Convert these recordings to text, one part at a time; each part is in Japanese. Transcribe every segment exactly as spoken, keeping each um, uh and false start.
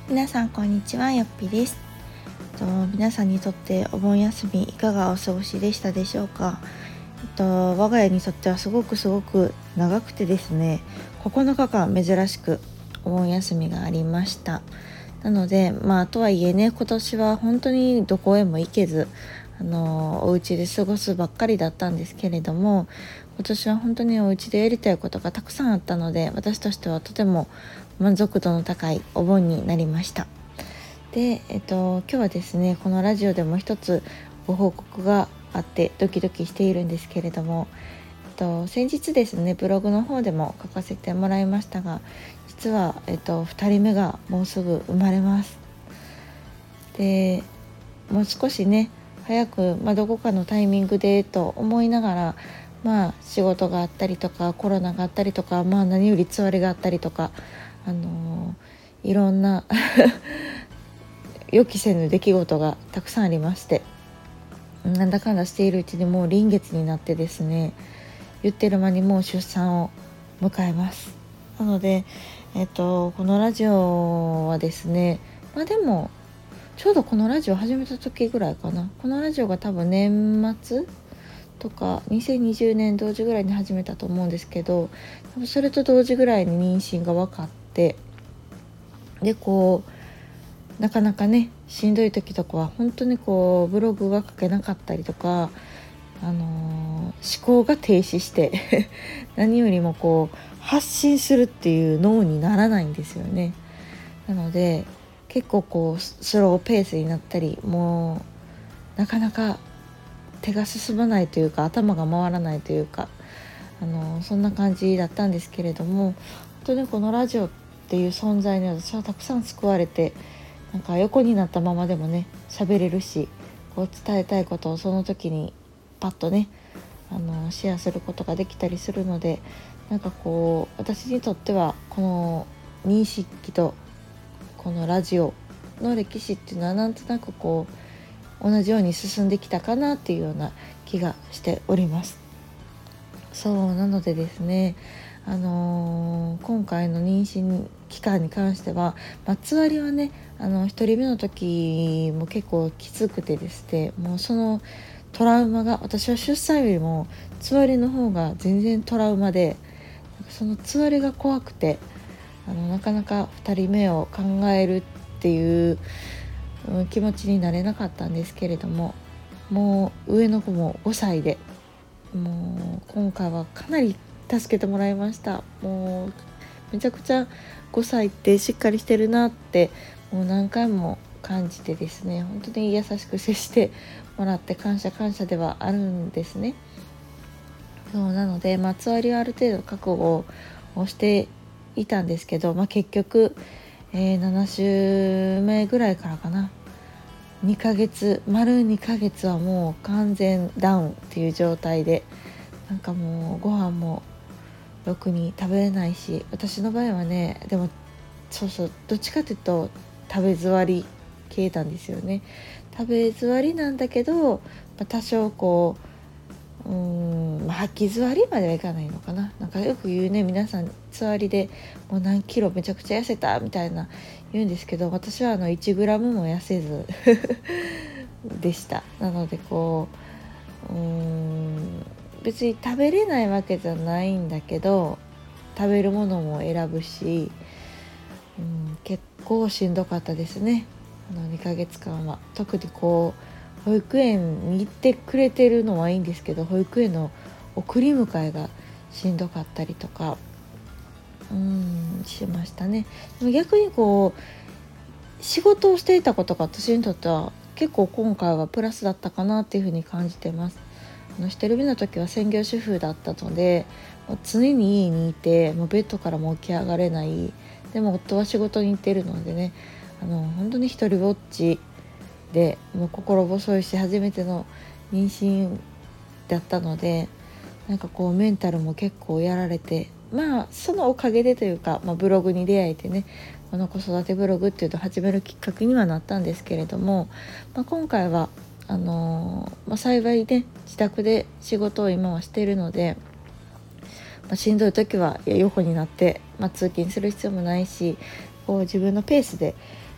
皆さんこんにちは、よっぴです。と皆さんにとってお盆休みいかがお過ごしでしたでしょうか。と我が家にとってはすごくすごく長くてですね、ここのかかん珍しくお盆休みがありました。なのでまあとはいえね、今年は本当にどこへも行けず、あのお家で過ごすばっかりだったんですけれども、今年は本当にお家でやりたいことがたくさんあったので、私としてはとても満足度の高いお盆になりました。で、えっと、今日はですね、このラジオでも一つご報告があってドキドキしているんですけれども、えっと、先日ですね、ブログの方でも書かせてもらいましたが、実は、えっと、ふたりめがもうすぐ生まれます。で、もう少しね早く、まあ、どこかのタイミングでと思いながら、まあ、仕事があったりとかコロナがあったりとか、まあ、何よりつわりがあったりとか、あのーいろんな予期せぬ出来事がたくさんありまして、なんだかんだしているうちにもう臨月になってですね、言ってる間にもう出産を迎えます。なので、えっと、このラジオはですね、まあでもちょうどこのラジオ始めた時ぐらいかな、このラジオが多分年末とかにせんにじゅうねん同時ぐらいに始めたと思うんですけど、多分それと同時ぐらいに妊娠が分かって、でこうなかなかねしんどい時とかは本当にこうブログが書けなかったりとか、あのー思考が停止して何よりもこう発信するっていう脳にならないんですよね。なので結構こうスローペースになったり、もうなかなか手が進まないというか頭が回らないというか、あのそんな感じだったんですけれども、本当にこのラジオっていう存在に私はたくさん救われて、なんか横になったままでもね喋れるし、こう伝えたいことをその時にパッとねあのシェアすることができたりするので、なんかこう私にとってはこの認識とこのラジオの歴史っていうのはなんとなくこう同じように進んできたかなっていうような気がしております。そうなのでですね、あのー今回の妊娠期間に関しては、まあ、つわりはね、あのひとりめの時も結構きつくてですね、もうそのトラウマが、私は出産よりもつわりの方が全然トラウマで、そのつわりが怖くて、あのなかなかふたりめを考えるっていう、うん、気持ちになれなかったんですけれども、もう上の子もごさいで、もう今回はかなり助けてもらいました。もうめちゃくちゃごさいってしっかりしてるなってもう何回も感じてですね、本当に優しく接してもらって感謝感謝ではあるんですね。そうなので、まあ、つわりはある程度覚悟をしていたんですけど、まあ、結局、えー、なな週目ぐらいからかな、にかげつ丸にかげつはもう完全ダウンっていう状態で、なんかもうご飯もろくに食べれないし、私の場合はね、でもそうそう、どっちかというと食べ座り系なんですよね。食べ座りなんだけど、まあ、多少こううーん、まあ、吐き座りまではいかないのかな。なんかよく言うね、皆さん座りでもう何キロめちゃくちゃ痩せたみたいな言うんですけど、私はあのいちグラムも痩せずでした。なのでこううーん別に食べれないわけじゃないんだけど、食べるものも選ぶし、うん、結構しんどかったですね。あのにかげつかんは特にこう保育園に行ってくれてるのはいいんですけど、保育園の送り迎えがしんどかったりとかうんしましたね。でも逆にこう仕事をしていたことが私にとっては結構今回はプラスだったかなっていうふうに感じてます。あのひとりめの時は専業主婦だったので、もう常に家にいて、もうベッドからも起き上がれない。でも夫は仕事に行ってるのでね、あの本当に一人ぼっちで、もう心細いし初めての妊娠だったので、なんかこうメンタルも結構やられて、まあそのおかげでというか、まあ、ブログに出会えてね、この子育てブログっていうのを始めるきっかけにはなったんですけれども、まあ、今回はあのーまあ、幸いね自宅で仕事を今はしているので、まあ、しんどい時はいや横になって、まあ、通勤する必要もないし、こう自分のペースで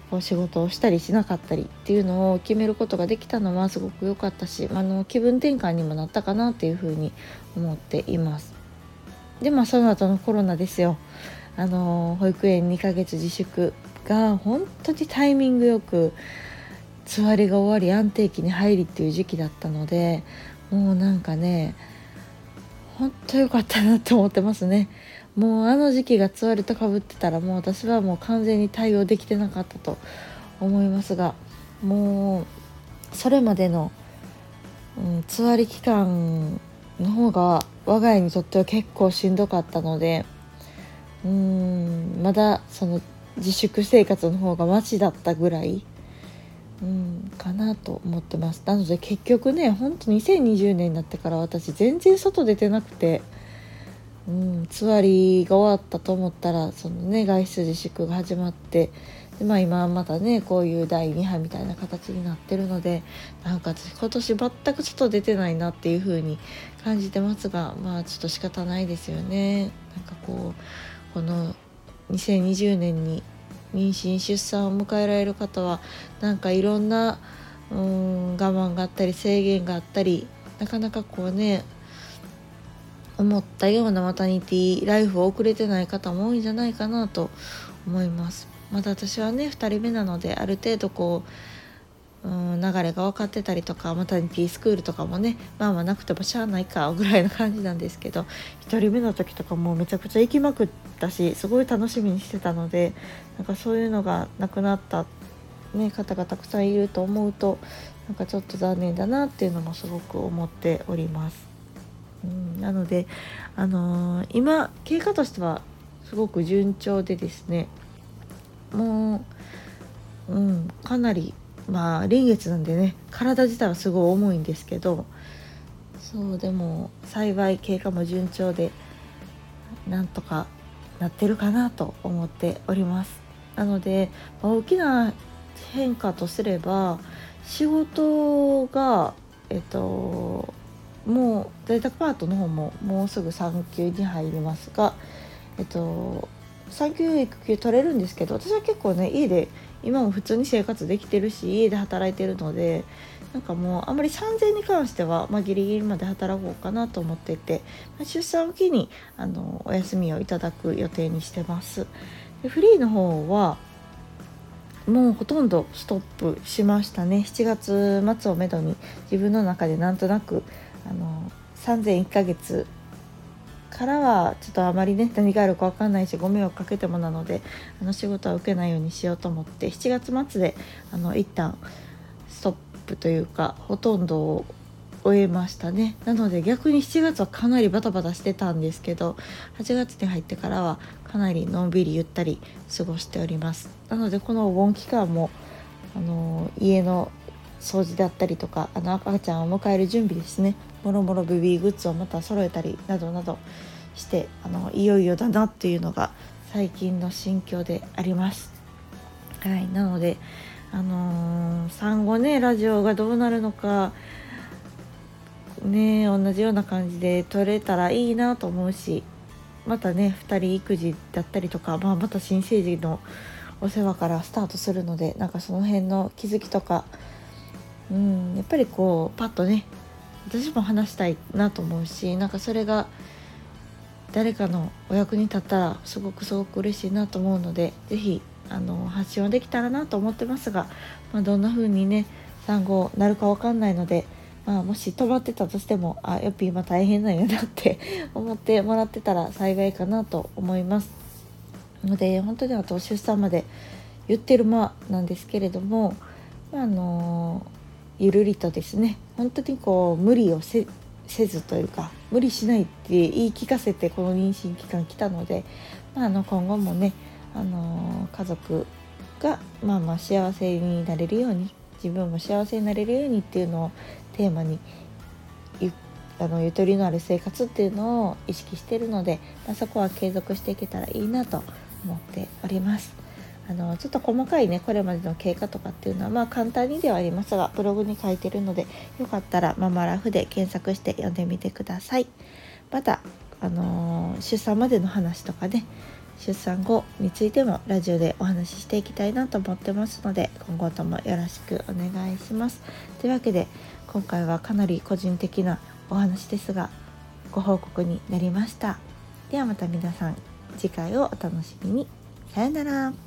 こう仕事をしたりしなかったりっていうのを決めることができたのはすごく良かったし、あの気分転換にもなったかなっていうふうに思っています。でまあその後のコロナですよ。あの保育園にかげつ自粛が本当にタイミングよくつわりが終わり安定期に入りっていう時期だったので、もうなんかね本当良かったなって思ってますね。もうあの時期がつわりとかぶってたらもう私はもう完全に対応できてなかったと思いますが、もうそれまでの、うん、つわり期間の方が我が家にとっては結構しんどかったので、うーんまだその自粛生活の方がマシだったぐらい、うん、かなと思ってます。なので結局ね本当にせんにじゅうねんになってから私全然外出てなくて、うん、つわりが終わったと思ったらそのね外出自粛が始まって、で、まあ、今またねこういうだいに波みたいな形になってるので、なんか私今年全く外出てないなっていう風に感じてますが、まあちょっと仕方ないですよね。なんかこうこのにせんにじゅうねんに妊娠出産を迎えられる方はなんかいろんなうーん我慢があったり制限があったり、なかなかこうね思ったようなマタニティライフを送れてない方も多いんじゃないかなと思います。まだ私はねふたりめなのである程度こう、うん、流れが分かってたりとか、マタニティスクールとかもねまあまあなくてもしゃあないかぐらいの感じなんですけど、ひとりめの時とかもめちゃくちゃ行きまくったしすごい楽しみにしてたので、なんかそういうのがなくなった、ね、方がたくさんいると思うとなんかちょっと残念だなっていうのもすごく思っております。うん、なので、あのー今経過としてはすごく順調でですね、もう、うん、かなりまあ臨月なんでね体自体はすごい重いんですけど、そうでも幸い経過も順調でなんとかなってるかなと思っております。なので、まあ大きな変化とすれば仕事がえっともう在宅パートの方ももうすぐ産休に入りますが、えっと産休育休取れるんですけど、私は結構ね家で今も普通に生活できてるし家で働いてるので、なんかもうあんまり産前に関しては、まあ、ギリギリまで働こうかなと思っていて、まあ、出産を機にあのお休みをいただく予定にしてます。でフリーの方はもうほとんどストップしましたね。しちがつ末をめどに自分の中でなんとなくあのさんぜんいっかげつからはちょっとあまりね何があるか分かんないしご迷惑かけてもなので、あの仕事は受けないようにしようと思ってしちがつ末であの一旦ストップというかほとんどを終えましたね。なので逆にしちがつはかなりバタバタしてたんですけど、はちがつに入ってからはかなりのんびりゆったり過ごしております。なのでこのお盆期間もあの家の掃除だったりとか、あの赤ちゃんを迎える準備ですね、もろもろベビーグッズをまた揃えたりなどなどして、あのいよいよだなっていうのが最近の心境であります。はい、なのであのー、産後ねラジオがどうなるのかね同じような感じで撮れたらいいなと思うし、またねふたり育児だったりとか、まあ、また新生児のお世話からスタートするので、なんかその辺の気づきとか、うん、やっぱりこうパッとね私も話したいなと思うし、なんかそれが誰かのお役に立ったらすごくすごく嬉しいなと思うので、ぜひあの発信はできたらなと思ってますが、まあ、どんな風にね産後なるか分かんないので、まあ、もし止まってたとしてもあやっぱ今大変なんやなって思ってもらってたら幸いかなと思いますので、本当にあと出産まで言ってる間なんですけれども、まあ、あのゆるりとですね本当にこう無理をせせずというか無理しないって言い聞かせてこの妊娠期間来たので、まあ、あの今後もね、あの家族がまあまあ幸せになれるように自分も幸せになれるようにっていうのをテーマにゆあのゆとりのある生活っていうのを意識しているので、まあ、そこは継続していけたらいいなと思っております。あのちょっと細かいねこれまでの経過とかっていうのはまあ簡単にではありますがブログに書いてるので、よかったらママラフで検索して読んでみてください。また、あのー出産までの話とかね出産後についてもラジオでお話ししていきたいなと思ってますので、今後ともよろしくお願いします。というわけで今回はかなり個人的なお話ですがご報告になりました。ではまた皆さん次回をお楽しみに。さよなら。